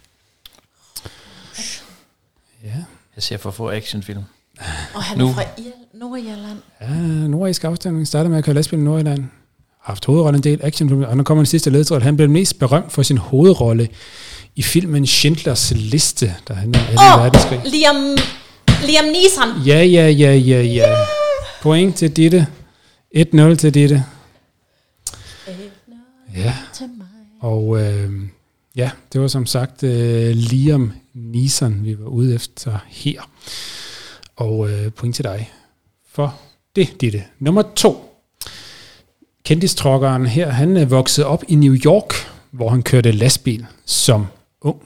Ja. Jeg ser for få actionfilm. Og han nu. er fra Ir- Nordirland. Ja, nordisk afstemning. Startede med at køre lastbil i Nordirland. Har haft hovedrolle en del actionfilm, og nu kommer den sidste ledetråd. Han blev mest berømt for sin hovedrolle i filmen Schindlers Liste, der handler om anden oh, verdenskrig. Liam, Liam Neeson. Ja, ja, ja, ja, ja. Yeah. Point til Ditte. et nul til Ditte. Ja. Og øh, ja, det var som sagt øh, Liam Neeson, vi var ude efter her. Og øh, point til dig for det, Ditte. Nummer to. Kendistrokkeren her, han er vokset op i New York, hvor han kørte lastbil som ung.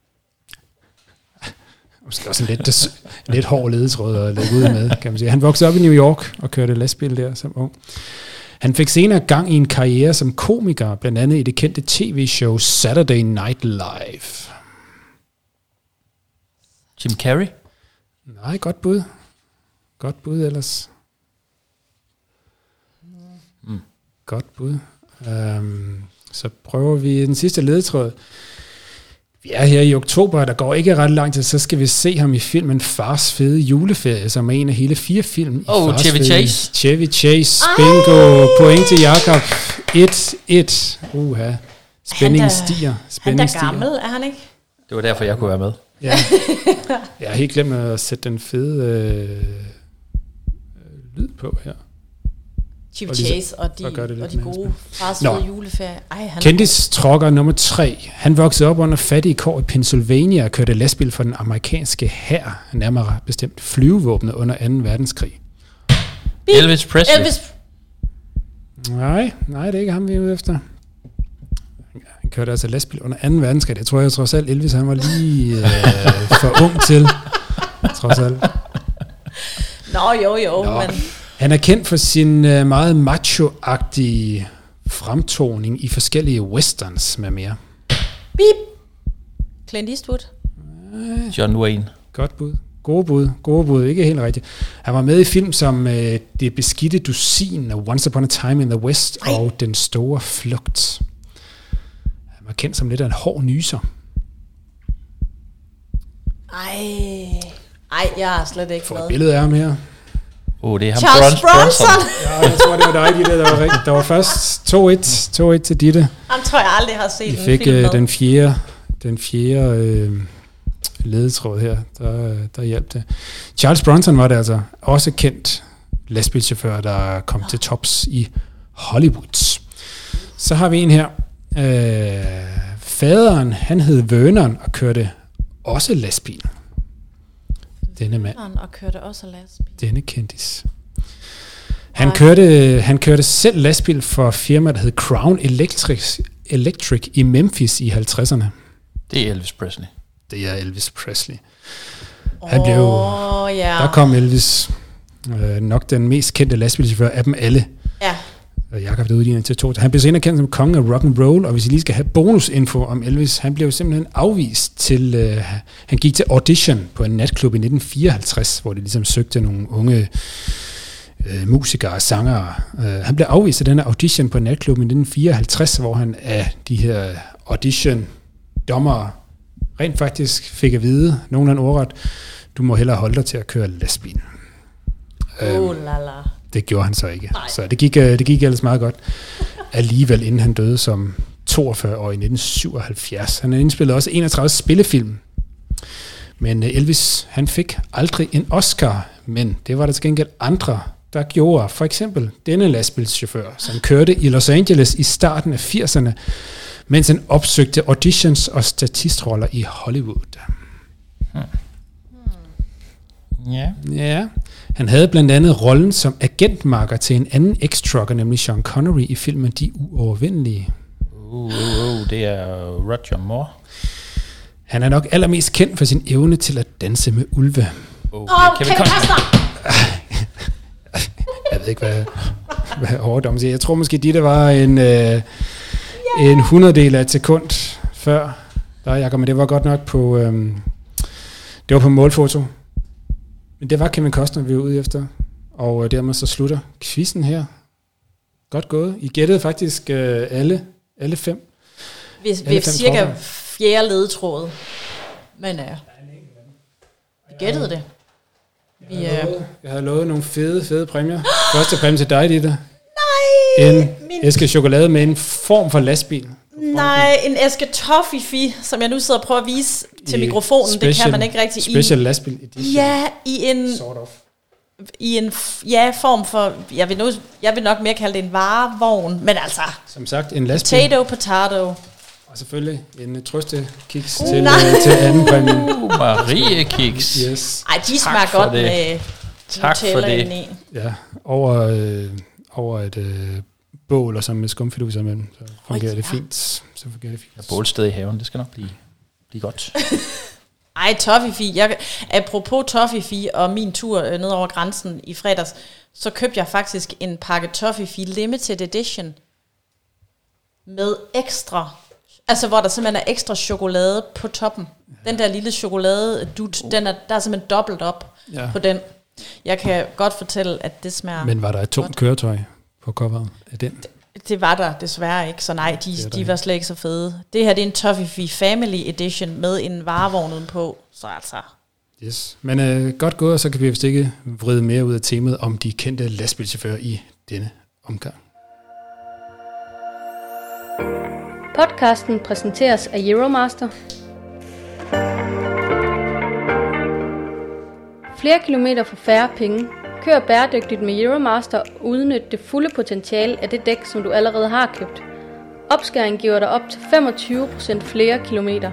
Måske også en lidt, lidt hård ledetråd at lægge ud med, kan man sige. Han voksede op i New York og kørte lastbil der som ung. Han fik senere gang i en karriere som komiker, blandt andet i det kendte tv-show Saturday Night Live. Jim Carrey? Nej, godt bud. Godt bud ellers. Mm. Godt bud. Um, så prøver vi den sidste ledetråd. Vi er her i oktober, der går ikke ret lang tid, så skal vi se ham i filmen Fars Fede Juleferie, som er en af hele fire film i oh, Fars Chevy Fede. Chase. Chevy Chase, bingo, point til Jakob. et et. Uha. Spændingen stiger. Han er gammel, er han ikke? Det var derfor, jeg kunne være med. Ja. Jeg har helt glemt at sætte den fede øh, lyd på her. Chevy Chase og de, og og de gode Fars Fede Juleferie. Kendis-trokker nummer tre. Han voksede op under fattige kår i Pennsylvania og kørte lastbil for den amerikanske hær, nærmere bestemt flyvevåbnet under anden verdenskrig. Beep. Elvis Presley. Elvis. Nej, nej, det er ikke ham, vi er ude efter. Han kørte altså lastbil under anden verdenskrig. Jeg tror jeg trods alt, Elvis han var lige øh, for ung til. Trods alt. Nå, jo, jo, Nå. men... Han er kendt for sin øh, meget macho-agtige fremtoning i forskellige westerns med mere. Beep. Clint Eastwood. John Wayne. Godt bud. Gode bud. Gode bud. Ikke helt rigtigt. Han var med i film som øh, Det beskidte dusin, Once Upon a Time in the West Ej. og Den store flugt. Han var kendt som lidt af en hård nyser. Ej. Ej, jeg er slet ikke For et billede af ham her. Oh, det er ham. Charles Bronson. Bronson. Ja, jeg tror, det var dig, Ditte, der var rigtigt. Der var først to et, to et til Ditte. Han tror jeg aldrig har set I fik øh, den fjerde, den fjerde øh, ledetråd her, der, der hjalp det. Charles Bronson var det altså også kendt lastbilchauffør, der kom ja. til tops i Hollywood. Så har vi en her. Øh, faderen, han hed Vernon og kørte også lastbil. Denne mand. Og kørte også lastbil. Denne kendis. Han kørte, han kørte selv lastbil for firmaet, der hed Crown Electric, Electric i Memphis i halvtredserne. Det er Elvis Presley. Det er Elvis Presley. Han blev, oh, yeah. Der kom Elvis, øh, nok den mest kendte lastbilchauffør af dem alle. Ja. Jakob der udligner til to. Han blev senere kendt som konge af rock and roll, og hvis I lige skal have bonusinfo om Elvis, han blev simpelthen afvist til, øh, han gik til audition på en natklub i nitten fireoghalvtreds, hvor de ligesom søgte nogle unge øh, musikere og sangere. Uh, han blev afvist til denne audition på en natklub i nitten fireoghalvtreds, hvor han af de her audition-dommere rent faktisk fik at vide, nogenlunde ordret, du må hellere holde dig til at køre lastbil. Oh, um, la la. Det gjorde han så ikke. Nej. Så det gik, det gik ellers meget godt. Alligevel, inden han døde som toogfyrre år i nitten syvoghalvfjerds. Han har indspillet også enogtredive spillefilm. Men Elvis, han fik aldrig en Oscar, men det var der til gengæld andre, der gjorde. For eksempel denne lastbilschauffør, som kørte i Los Angeles i starten af firserne, mens han opsøgte auditions og statistroller i Hollywood. Hmm. Ja. Ja. Han havde blandt andet rollen som agentmakker til en anden ex-trucker, nemlig Sean Connery i filmen De Uovervindelige. Uh, uh, uh, det er Roger Moore. Han er nok allermest kendt for sin evne til at danse med ulve. Okay, oh, Kevin Costner! Jeg ved ikke, hvad, hvad overdommen siger. Jeg tror måske, det der var en, øh, yeah. en hundreddel af et sekund før. Der, Jacob, men det var godt nok på... Øh, Det var på målfoto. Men det var Kevin Costner, vi var ude efter. Og dermed så slutter quizzen her. Godt gået. I gættede faktisk øh, alle, alle fem. Vi, vi er cirka tropper. Fjerde ledetråd. Men øh, vi gættede det. Vi, jeg, havde lovet, jeg havde lovet nogle fede, fede præmier. Første præmie til dig, Ditte. Nej! En min... æske chokolade med en form for lastbil. Nej, en æske toffifee, som jeg nu sidder og prøver at vise til I mikrofonen. Special, det kan man ikke rigtig. Special i, lastbil edition. Ja, i en... Sort of. I en ja, form for, jeg vil, nu, jeg vil nok mere kalde det en varevogn, men altså... Som sagt, en lastbil. Potato, potato. Og selvfølgelig en trøstekiks uh, til, uh, til anden præmie. Uh, Marie-kiks. Yes. Ej, de smager godt det. Med tak for det. I. Ja, over, øh, over et øh, bål og så med skumfiduser imellem, så fungerer oh, ja. det fint. Så fungerer det fint. Ja, bålsted i haven, det skal nok blive, blive godt. Ej, toffifee. Jeg, apropos toffifee og min tur øh, ned over grænsen i fredags, så købte jeg faktisk en pakke toffifee limited edition med ekstra, altså hvor der simpelthen er ekstra chokolade på toppen. Den der lille chokolade, dut, den er, der er simpelthen dobbelt op ja. på den. Jeg kan godt fortælle, at det smager. Men var der et tungt godt. køretøj på coveret af den? Det, det var der desværre ikke, så nej, de, de var slet ikke så fede. Det her, det er en Toffifee Family Edition med en varevogn udenpå, så altså. Yes, men øh, godt gået, og så kan vi vist ikke vride mere ud af temaet om de kendte lastbilchauffører i denne omgang. Podcasten præsenteres af Euromaster. Flere kilometer for færre penge. Kør bæredygtigt med Euromaster og udnyt det fulde potentiale af det dæk, som du allerede har købt. Opskæring giver dig op til femogtyve procent flere kilometer.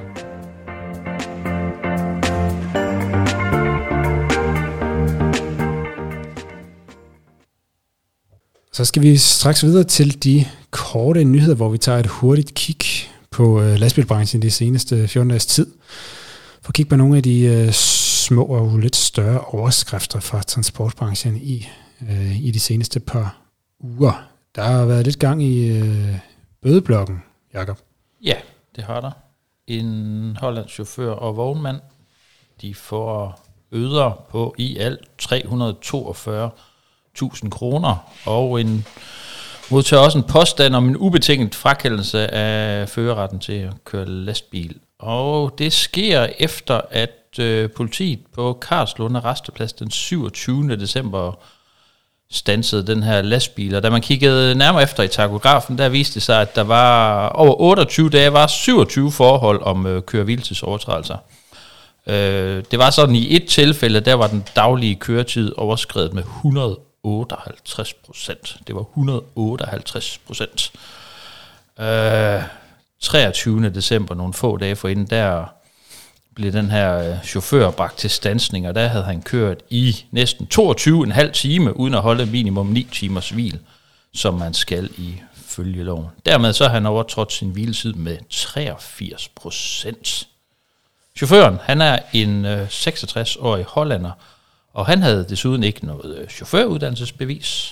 Så skal vi straks videre til de korte nyheder, hvor vi tager et hurtigt kig på øh, lastbilbranchen de seneste fjorten dages tid. For at kigge på nogle af de øh, små og lidt større overskrifter fra transportbranchen i, øh, i de seneste par uger. Der har været lidt gang i øh, bødeblokken, Jakob. Ja, det har der. En hollandsk chauffør og vognmand, de får bøder på i alt tre hundrede og toogfyrre tusind kroner, og en modtager også en påstand om en ubetinget frakendelse af førerretten til at køre lastbil. Og det sker efter, at øh, politiet på Karlslunde Rasteplads den syvogtyvende december standsede den her lastbil. Og da man kiggede nærmere efter i takografen, der viste det sig, at der var over otteogtyve dage, var syvogtyve forhold om øh, køre-hviletids-overtrædelser. Øh, det var sådan i et tilfælde, der var den daglige køretid overskredet med et hundrede og otteoghalvtreds procent. Det var et hundrede og otteoghalvtreds procent. Øh, treogtyvende december, nogle få dage forinden, der blev den her chauffør bragt til standsning, og der havde han kørt i næsten toogtyve komma fem time, uden at holde minimum ni timers hvil, som man skal i følgeloven. Dermed så har han overtrådt sin hviletid med treogfirs procent. Chaufføren, han er en øh, seksogtres-årig hollander, og han havde desuden ikke noget øh, chaufføruddannelsesbevis.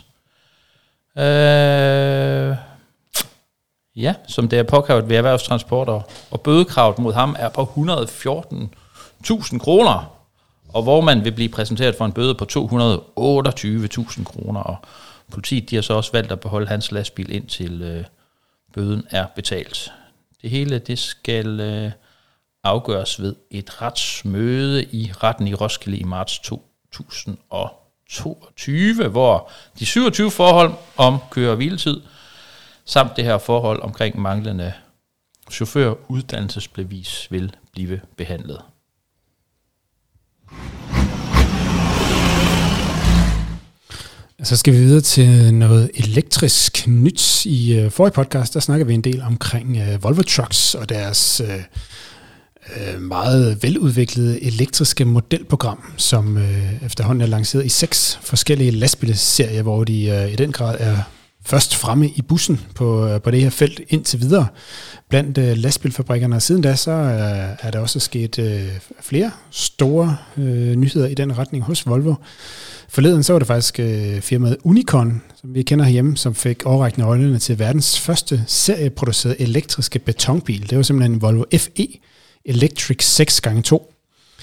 Øh, ja, som det er påkrævet ved erhvervstransport, og, og bødekravet mod ham er på et hundrede og fjorten tusind kroner, og hvor man vil blive præsenteret for en bøde på to hundrede og otteogtyve tusind kroner, og politiet de har så også valgt at beholde hans lastbil indtil øh, bøden er betalt. Det hele det skal øh, afgøres ved et retsmøde i retten i Roskilde i marts to tusind og toogtyve, hvor de syvogtyve forhold om køre- og hviletid, samt det her forhold omkring manglende chaufføruddannelsesbevis vil blive behandlet. Så skal vi videre til noget elektrisk nyt. I uh, forrige podcast, der snakker vi en del omkring uh, Volvo Trucks og deres uh, uh, meget veludviklede elektriske modelprogram, som uh, efterhånden er lanceret i seks forskellige lastbilserier, hvor de uh, i den grad er først fremme i bussen på, uh, på det her felt indtil videre blandt uh, lastbilfabrikkerne. Og siden da, så uh, er der også sket uh, flere store uh, nyheder i den retning hos Volvo. Forleden så var det faktisk øh, firmaet Unicon, som vi kender herhjemme, som fik overrækkende øjnene til verdens første serieproducerede elektriske betonbil. Det var simpelthen en Volvo F E Electric seks gange to.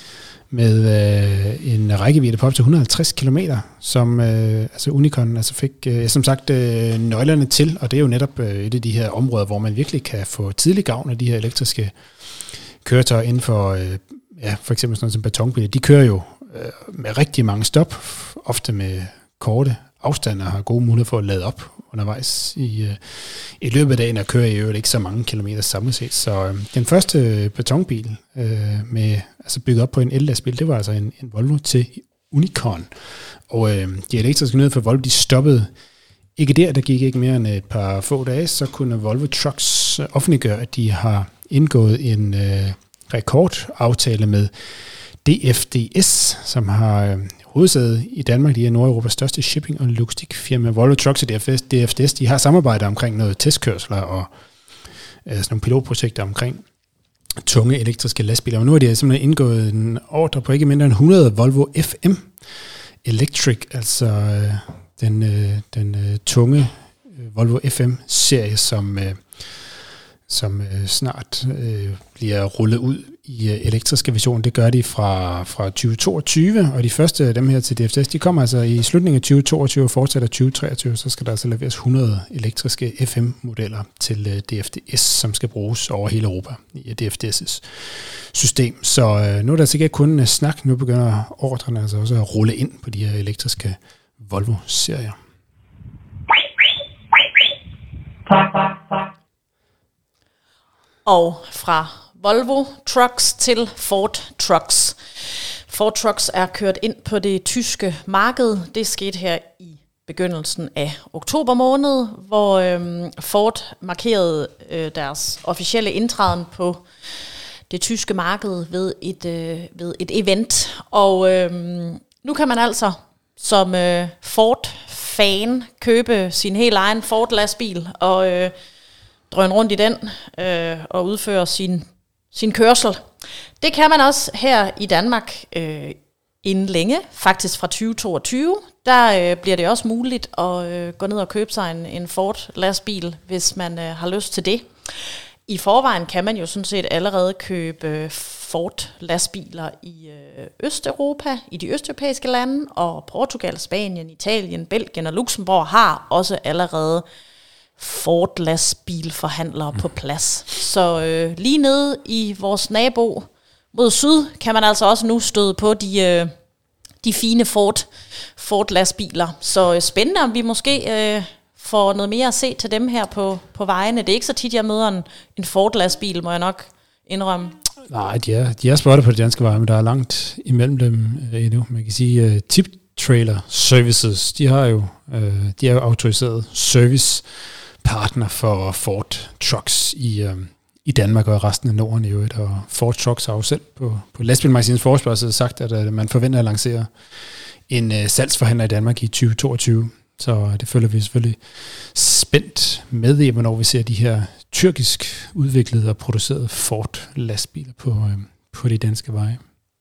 med øh, en rækkevidde på op til et hundrede og halvtreds kilometer, som øh, altså Unicon altså fik øh, som sagt øh, nøglerne til, og det er jo netop øh, et af de her områder, hvor man virkelig kan få tidlig gavn af de her elektriske køretøjer inden for, øh, ja, for eksempel sådan noget som betonbiler. De kører jo øh, med rigtig mange stop, ofte med korte afstander, og har gode muligheder for at lade op undervejs i, øh, i løbet af dagen, og kører i øvrigt ikke så mange kilometer samlet set. Så øh, den første betonbil, øh, med, altså bygget op på en el-lastbil, det var altså en, en Volvo til Unicon. Og øh, de elektriske nyheder for Volvo, de stoppede ikke der, der gik ikke mere end et par få dage, så kunne Volvo Trucks offentliggøre, at de har indgået en øh, rekordaftale med D F D S, som har øh, hovedsæde i Danmark. De er Nordeuropas største shipping- og logistikfirma. Volvo Trucks og D F D S, de har samarbejdet omkring noget testkørsler og øh, sådan nogle pilotprojekter omkring tunge elektriske lastbiler. Og nu har de simpelthen indgået en ordre på ikke mindre end hundrede Volvo F M Electric, altså øh, den, øh, den øh, tunge øh, Volvo F M-serie, som, øh, som øh, snart øh, bliver rullet ud i øh, elektriske version. Det gør de fra, fra tyve toogtyve, og de første af dem her til D F D S, de kommer altså i slutningen af tyve toogtyve og fortsætter tyve treogtyve, så skal der altså leveres hundrede elektriske F M-modeller til øh, D F D S, som skal bruges over hele Europa i D F D S' system. Så øh, nu er der sikkert kun uh, snak, nu begynder ordrene altså også at rulle ind på de her elektriske Volvo-serier. Og fra Volvo Trucks til Ford Trucks. Ford Trucks er kørt ind på det tyske marked. Det skete her i begyndelsen af oktober måned, hvor øhm, Ford markerede øh, deres officielle indtræden på det tyske marked ved et, øh, ved et event. Og øhm, nu kan man altså som øh, Ford-fan købe sin helt egen Ford-lastbil og øh, drøne rundt i den øh, og udføre sin, sin kørsel. Det kan man også her i Danmark øh, inden længe, faktisk fra tyve toogtyve. Der øh, bliver det også muligt at øh, gå ned og købe sig en, en Ford-lastbil, hvis man øh, har lyst til det. I forvejen kan man jo sådan set allerede købe Ford-lastbiler i øh, Østeuropa, i de østeuropæiske lande, og Portugal, Spanien, Italien, Belgien og Luxembourg har også allerede Ford-lastbilforhandlere på plads. Så øh, lige nede i vores nabo mod syd, kan man altså også nu støde på de, øh, de fine Ford, Ford-lastbiler. Så øh, spændende, om vi måske øh, får noget mere at se til dem her på, på vejene. Det er ikke så tit, jeg møder en, en Ford-lastbil, må jeg nok indrømme. Nej, de er, de er spottet på de danske veje, men der er langt imellem dem øh, endnu. Man kan sige, uh, Tip Trailer Services, de har jo øh, de er jo autoriseret service partner for Ford Trucks i, øh, i Danmark og resten af Norden i øvrigt. Og Ford Trucks har jo selv på, på lastbilmagasinets forespørgsel sagt, at øh, man forventer at lancere en øh, salgsforhandler i Danmark i tyve toogtyve. Så det følger vi selvfølgelig spændt med i, hvornår vi ser de her tyrkisk udviklede og producerede Ford lastbiler på, øh, på de danske veje.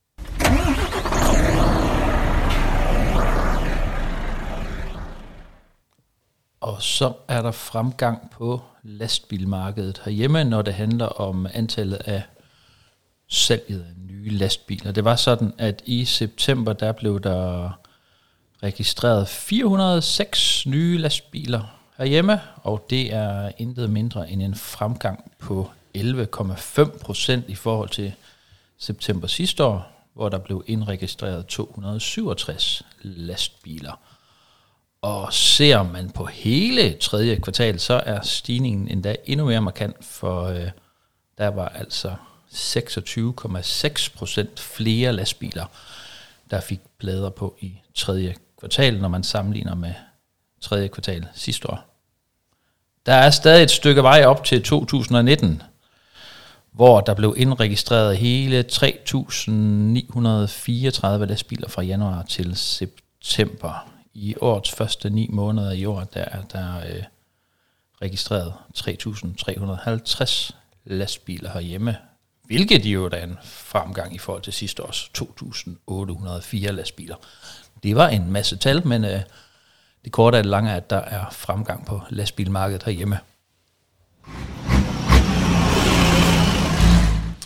Og så er der fremgang på lastbilmarkedet herhjemme, når det handler om antallet af salget af nye lastbiler. Det var sådan, at i september, der blev der registreret fire hundrede og seks nye lastbiler herhjemme, og det er intet mindre end en fremgang på elleve komma fem procent i forhold til september sidste år, hvor der blev indregistreret to hundrede og syvogtres lastbiler. Og ser man på hele tredje kvartal, så er stigningen endda endnu mere markant, for øh, der var altså seksogtyve komma seks procent flere lastbiler, der fik plader på i tredje kvartal, når man sammenligner med tredje kvartal sidste år. Der er stadig et stykke vej op til to tusind og nitten, hvor der blev indregistreret hele tre tusind ni hundrede og fireogtredive lastbiler fra januar til september. I årets første ni måneder i år, der er der øh, registreret tre tusind tre hundrede og halvtreds lastbiler herhjemme, hvilket jo er en fremgang i forhold til sidste års to tusind otte hundrede og fire lastbiler. Det var en masse tal, men øh, det korte og det lange er, at der er fremgang på lastbilmarkedet herhjemme.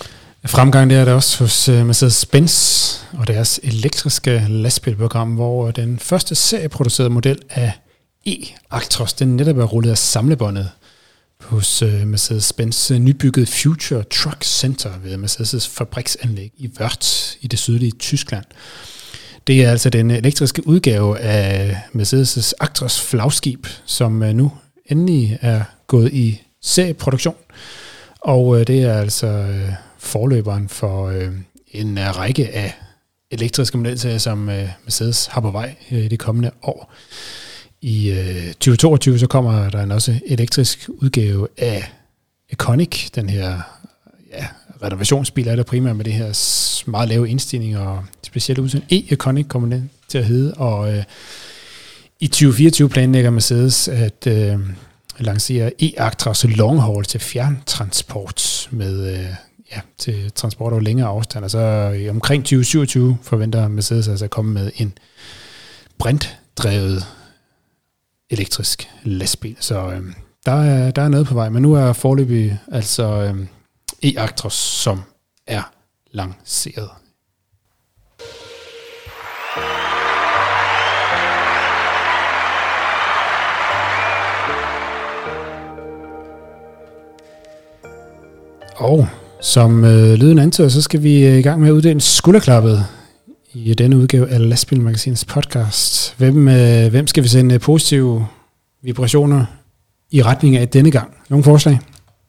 Fremgang der er der også hos uh, Mercedes-Benz og deres elektriske lastbilprogram, hvor den første serieproducerede model af E-Actros, den netop er rullet af samlebåndet hos uh, Mercedes-Benz nybyggede Future Truck Center ved Mercedes' fabriksanlæg i Wörth i det sydlige Tyskland. Det er altså den elektriske udgave af Mercedes' Actros flagskib, som uh, nu endelig er gået i serieproduktion. Og uh, det er altså uh, forløberen for uh, en uh, række af elektriske modeller, som uh, Mercedes har på vej uh, i det kommende år. I uh, tyve toogtyve så kommer der en også elektrisk udgave af Iconic, den her ja, renovationsbil er der primært med det her meget lave indstigninger og specielt udseende. E-Iconic kommer den til at hedde, og uh, i tyve fireogtyve planlægger Mercedes at uh, lancere E-Actros long haul til fjerntransport med uh, ja, til transport over længere afstand. Og så i omkring tyve syvogtyve forventer Mercedes altså at komme med en brintdrevet elektrisk lastbil. Så øh, der, er, der er noget på vej, men nu er foreløbig altså øh, E-Actros, som er lanceret. Og som øh, lyden antyder, så skal vi i gang med at uddele skulderklappet i denne udgave af Lastbilmagasinets podcast. Hvem, øh, hvem skal vi sende positive vibrationer i retning af denne gang? Nogle forslag?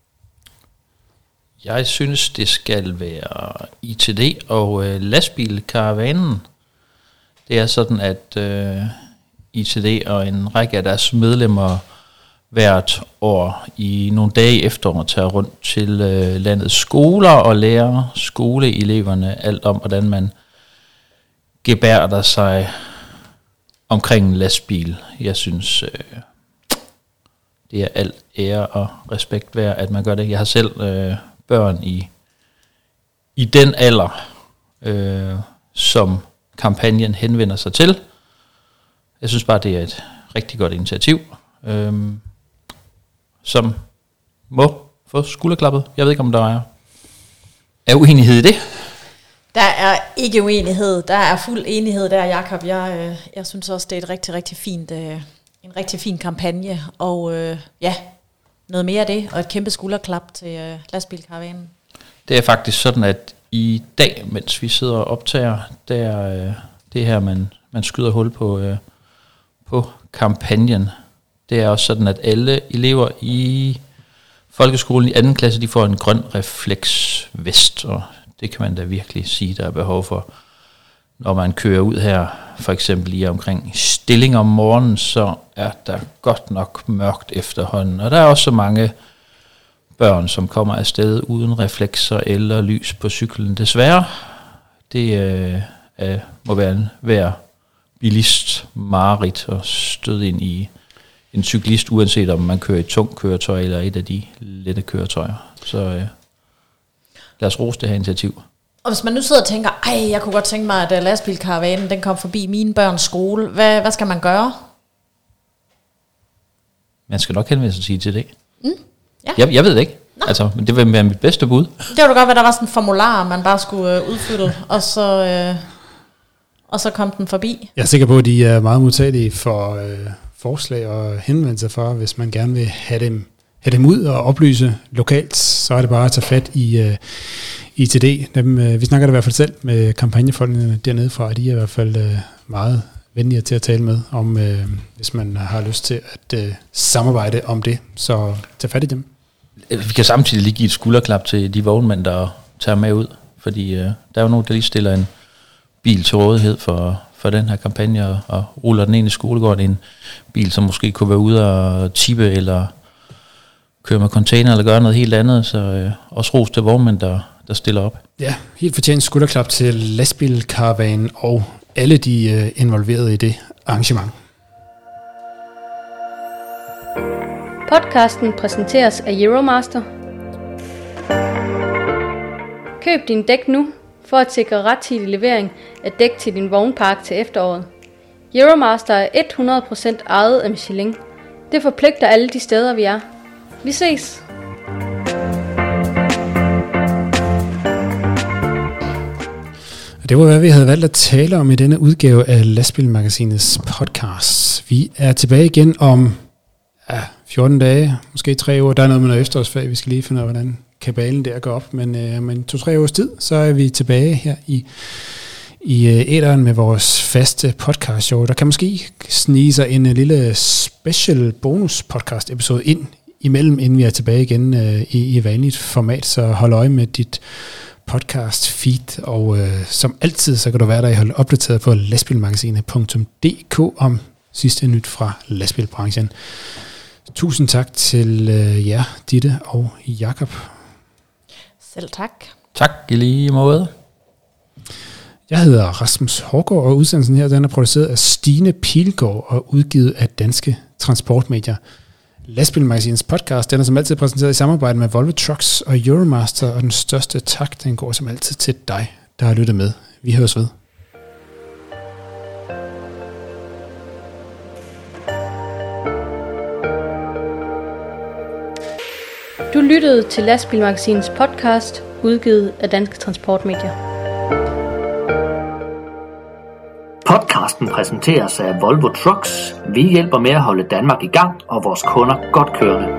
Jeg synes, det skal være I T D og øh, lastbilkaravanen. Det er sådan, at øh, I T D og en række af deres medlemmer hvert år i nogle dage i efteråret tager rundt til øh, landets skoler og lærer skoleeleverne alt om, hvordan man gebærder sig omkring en lastbil. Jeg synes, øh, det er alt ære og respekt værd, at man gør det. Jeg har selv øh, børn i, i den alder, øh, som kampagnen henvender sig til. Jeg synes bare, det er et rigtig godt initiativ, øh, som må få skulderklappet. Jeg ved ikke, om der er, er uenighed i det. Der er ikke uenighed. Der er fuld enighed der, Jakob. Jeg, øh, jeg synes også, det er et rigtig, rigtig fint, øh, en rigtig fin kampagne. Og øh, ja, noget mere af det, og et kæmpe skulderklap til øh, lastbilkaravanen. Det er faktisk sådan, at i dag, mens vi sidder og optager, der øh, det her, man, man skyder hul på, øh, på kampagnen. Det er også sådan, at alle elever i folkeskolen i anden klasse, de får en grøn refleksvest, og det kan man da virkelig sige, der er behov for. Når man kører ud her, for eksempel lige omkring Stilling om morgenen, så er der godt nok mørkt efterhånden. Og der er også så mange børn, som kommer afsted uden reflekser eller lys på cyklen. Desværre, det øh, må være hver bilist mareridt at støde ind i en cyklist, uanset om man kører et tungt køretøj eller et af de lette køretøjer. Så øh, lad os rose det her initiativ. Og hvis man nu sidder og tænker, ej, jeg kunne godt tænke mig, at lastbilkaravanen, den kom forbi mine børns skole. Hvad, hvad skal man gøre? Man skal nok henvende sig til I T D. Mm, ja. jeg, jeg ved det ikke. Nå. Altså, det vil være mit bedste bud. Det var da godt, at der var sådan en formular, man bare skulle øh, udfylde, og så, øh, og så kom den forbi. Jeg er sikker på, at de er meget modtagelige for øh, forslag og henvendelser for, hvis man gerne vil have dem, have dem ud og oplyse lokalt, så er det bare at tage fat i øh, I T D. Dem, øh, vi snakker det i hvert fald selv med kampagnefolkene dernede fra, og de er i hvert fald øh, meget venlige til at tale med, om øh, hvis man har lyst til at øh, samarbejde om det. Så tag fat i dem. Vi kan samtidig lige give et skulderklap til de vognmænd, der tager med ud, fordi øh, der er jo nogen, der lige stiller en bil til rådighed for, for den her kampagne, og, og ruller den ind i skolegården. En bil, som måske kunne være ude og tippe, eller køre med container, eller gøre noget helt andet. Så øh, også ros til vognmænd, der, der stiller op. Ja, helt fortjent skulderklap til lastbilkaravanen og alle de øh, involverede i det arrangement. Podcasten præsenteres af Euromaster. Køb din dæk nu, for at sikre rettidig levering af dæk til din vognpark til efteråret. Euromaster er hundrede procent ejet af Michelin. Det forpligter alle de steder, vi er. Vi ses! Og det var, hvad vi havde valgt at tale om i denne udgave af Lastbilmagasinets podcast. Vi er tilbage igen om ja, fjorten dage, måske tre uger. Der er noget med noget efterårsferie, vi skal lige finde ud af, hvordan kabalen der går op. Men øh, om to-tre års tid, så er vi tilbage her i i æteren med vores faste podcast show. Der kan måske snige sig en lille special bonus podcast episode ind imellem, inden vi er tilbage igen øh, i, i vanligt format, så hold øje med dit podcast feed, og øh, som altid, så kan du være der i holde opdateret på lastbilmagasinet punktum d k om sidste nyt fra lastbilbranchen. Tusind tak til øh, jer, Ditte og Jakob. Selv tak. Tak i lige måde. Jeg hedder Rasmus Hårgaard, og udsendelsen her den er produceret af Stine Pilgaard og udgivet af Danske Transportmedier. Lastbilmagasinets podcast den er som altid præsenteret i samarbejde med Volvo Trucks og Euromaster, og den største tak den går som altid til dig, der har lyttet med. Vi høres ved. Du lyttede til Lastbilmagasinets podcast, udgivet af Danske Transportmedier. Podcasten præsenteres af Volvo Trucks. Vi hjælper med at holde Danmark i gang og vores kunder godt kørende.